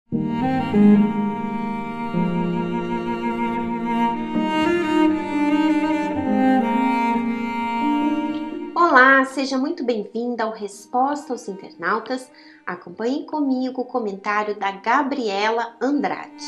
Olá, seja muito bem-vinda ao Resposta aos Internautas. Acompanhe comigo o comentário da Gabriela Andrade.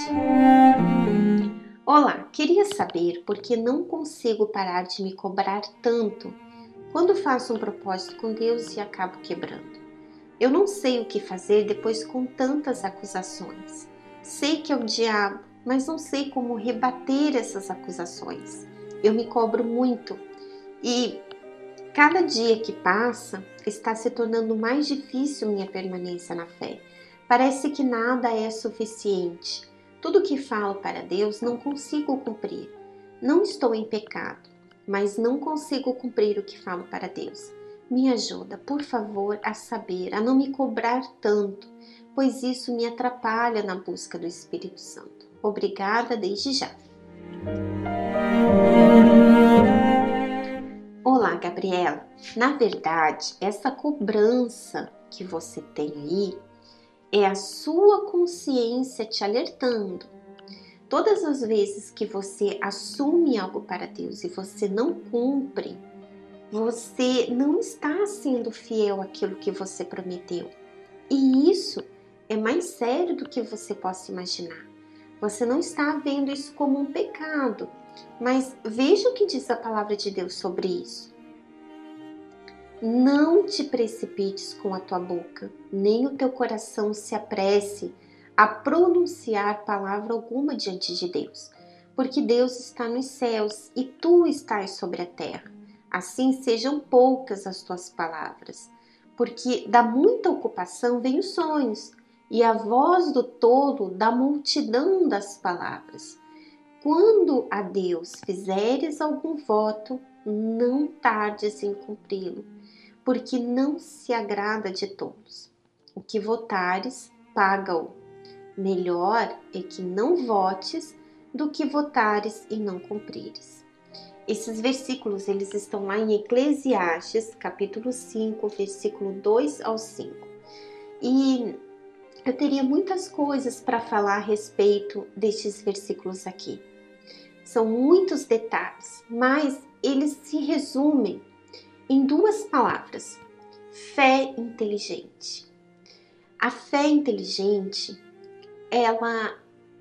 Olá, queria saber por que não consigo parar de me cobrar tanto quando faço um propósito com Deus e acabo quebrando. Eu não sei o que fazer depois com tantas acusações. Sei que é o diabo, mas não sei como rebater essas acusações. Eu me cobro muito e cada dia que passa está se tornando mais difícil minha permanência na fé. Parece que nada é suficiente. Tudo que falo para Deus não consigo cumprir. Não estou em pecado, mas não consigo cumprir o que falo para Deus. Me ajuda, por favor, a saber, a não me cobrar tanto, pois isso me atrapalha na busca do Espírito Santo. Obrigada desde já. Olá, Gabriela. Na verdade, essa cobrança que você tem aí é a sua consciência te alertando. Todas as vezes que você assume algo para Deus e você não cumpre, você não está sendo fiel àquilo que você prometeu. E isso é mais sério do que você possa imaginar. Você não está vendo isso como um pecado, mas veja o que diz a palavra de Deus sobre isso. Não te precipites com a tua boca, nem o teu coração se apresse a pronunciar palavra alguma diante de Deus, porque Deus está nos céus e tu estás sobre a terra. Assim sejam poucas as tuas palavras, porque da muita ocupação vem os sonhos, e a voz do tolo da multidão das palavras. Quando a Deus fizeres algum voto, não tardes em cumpri-lo, porque não se agrada de tolos. O que votares, paga-o. Melhor é que não votes do que votares e não cumprires. Esses versículos eles estão lá em Eclesiastes, capítulo 5, versículo 2 ao 5. E eu teria muitas coisas para falar a respeito destes versículos aqui. São muitos detalhes, mas eles se resumem em duas palavras: fé inteligente. A fé inteligente, ela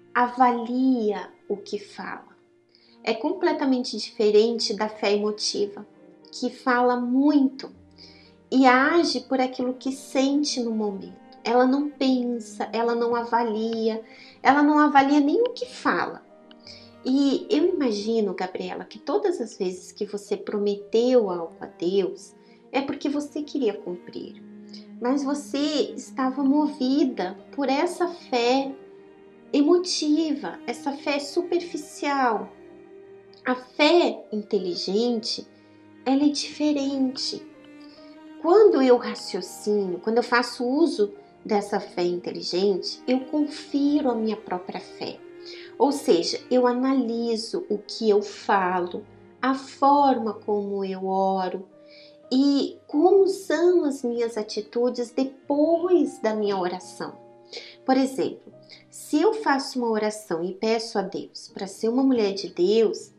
avalia o que fala. É completamente diferente da fé emotiva, que fala muito e age por aquilo que sente no momento. Ela não pensa, ela não avalia nem o que fala. E eu imagino, Gabriela, que todas as vezes que você prometeu algo a Deus, é porque você queria cumprir. Mas você estava movida por essa fé emotiva, essa fé superficial. A fé inteligente, ela é diferente. Quando eu raciocino, quando eu faço uso dessa fé inteligente, eu confiro a minha própria fé. Ou seja, eu analiso o que eu falo, a forma como eu oro e como são as minhas atitudes depois da minha oração. Por exemplo, se eu faço uma oração e peço a Deus para ser uma mulher de Deus,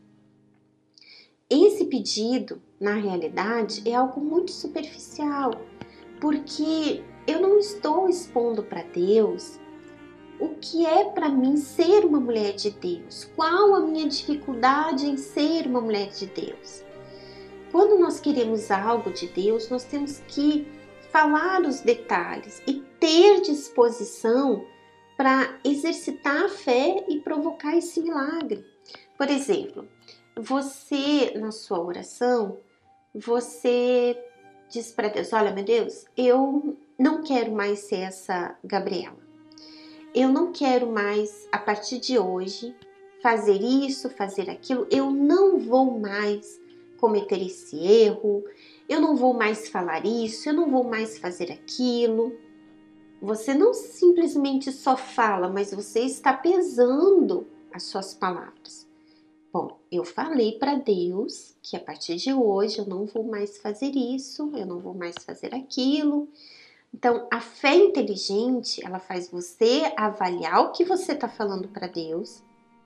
esse pedido, na realidade, é algo muito superficial, porque eu não estou expondo para Deus o que é para mim ser uma mulher de Deus? Qual a minha dificuldade em ser uma mulher de Deus? Quando nós queremos algo de Deus, nós temos que falar os detalhes e ter disposição para exercitar a fé e provocar esse milagre. Por exemplo, você, na sua oração, você diz para Deus: olha, meu Deus, eu não quero mais ser essa Gabriela. Eu não quero mais, a partir de hoje, fazer isso, fazer aquilo. Eu não vou mais cometer esse erro. Eu não vou mais falar isso. Eu não vou mais fazer aquilo. Você não simplesmente só fala, mas você está pesando as suas palavras. Bom, eu falei para Deus que a partir de hoje eu não vou mais fazer isso, eu não vou mais fazer aquilo. Então, a fé inteligente, ela faz você avaliar o que você está falando para Deus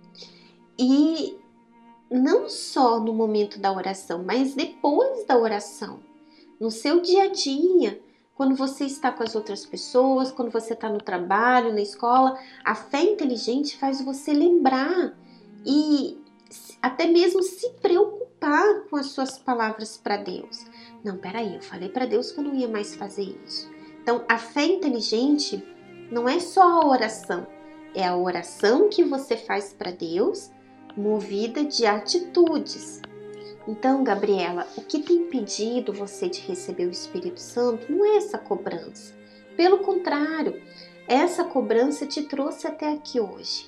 e não só no momento da oração, mas depois da oração, no seu dia a dia, quando você está com as outras pessoas, quando você está no trabalho, na escola, a fé inteligente faz você lembrar e até mesmo se preocupar com as suas palavras para Deus. Não, peraí, eu falei para Deus que eu não ia mais fazer isso. Então, a fé inteligente não é só a oração, é a oração que você faz para Deus, movida de atitudes. Então, Gabriela, o que tem impedido você de receber o Espírito Santo não é essa cobrança. Pelo contrário, essa cobrança te trouxe até aqui hoje.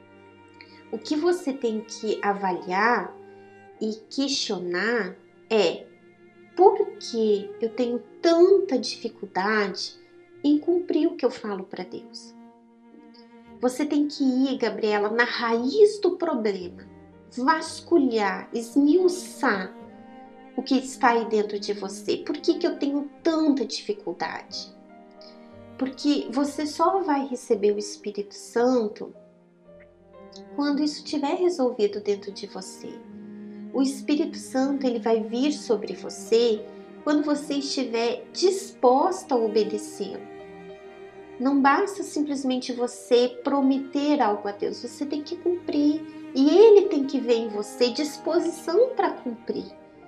O que você tem que avaliar e questionar é: por que eu tenho tanta dificuldade em cumprir o que eu falo para Deus? Você tem que ir, Gabriela, na raiz do problema, vasculhar, esmiuçar o que está aí dentro de você. Por que eu tenho tanta dificuldade? Porque você só vai receber o Espírito Santo quando isso estiver resolvido dentro de você. O Espírito Santo, ele vai vir sobre você quando você estiver disposta a obedecê-lo. Não basta simplesmente você prometer algo a Deus, você tem que cumprir. E Ele tem que ver em você disposição para cumprir.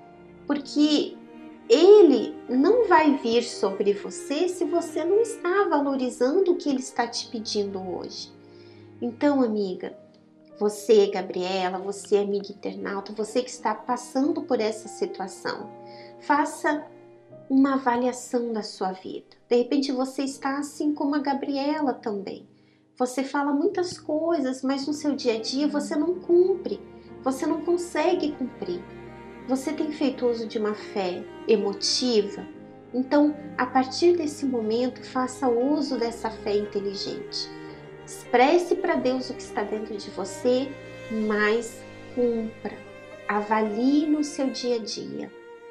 Porque Ele não vai vir sobre você se você não está valorizando o que Ele está te pedindo hoje. Então, amiga, você, Gabriela, você, amiga internauta, você que está passando por essa situação, faça uma avaliação da sua vida. De repente você está assim como a Gabriela também. Você fala muitas coisas, mas no seu dia a dia você não cumpre, você não consegue cumprir. Você tem feito uso de uma fé emotiva? Então, a partir desse momento, faça uso dessa fé inteligente. Expresse para Deus o que está dentro de você, mas cumpra. Avalie no seu dia a dia.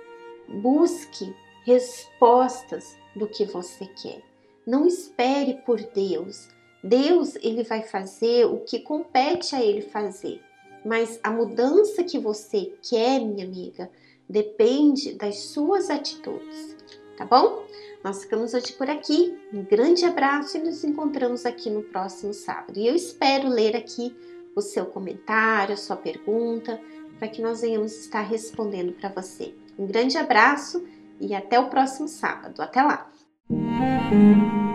Busque respostas do que você quer. Não espere por Deus. Deus, ele vai fazer o que compete a ele fazer. Mas a mudança que você quer, minha amiga, depende das suas atitudes, tá bom? Nós ficamos hoje por aqui. Um grande abraço e nos encontramos aqui no próximo sábado. E eu espero ler aqui o seu comentário, a sua pergunta, para que nós venhamos estar respondendo para você. Um grande abraço e até o próximo sábado. Até lá!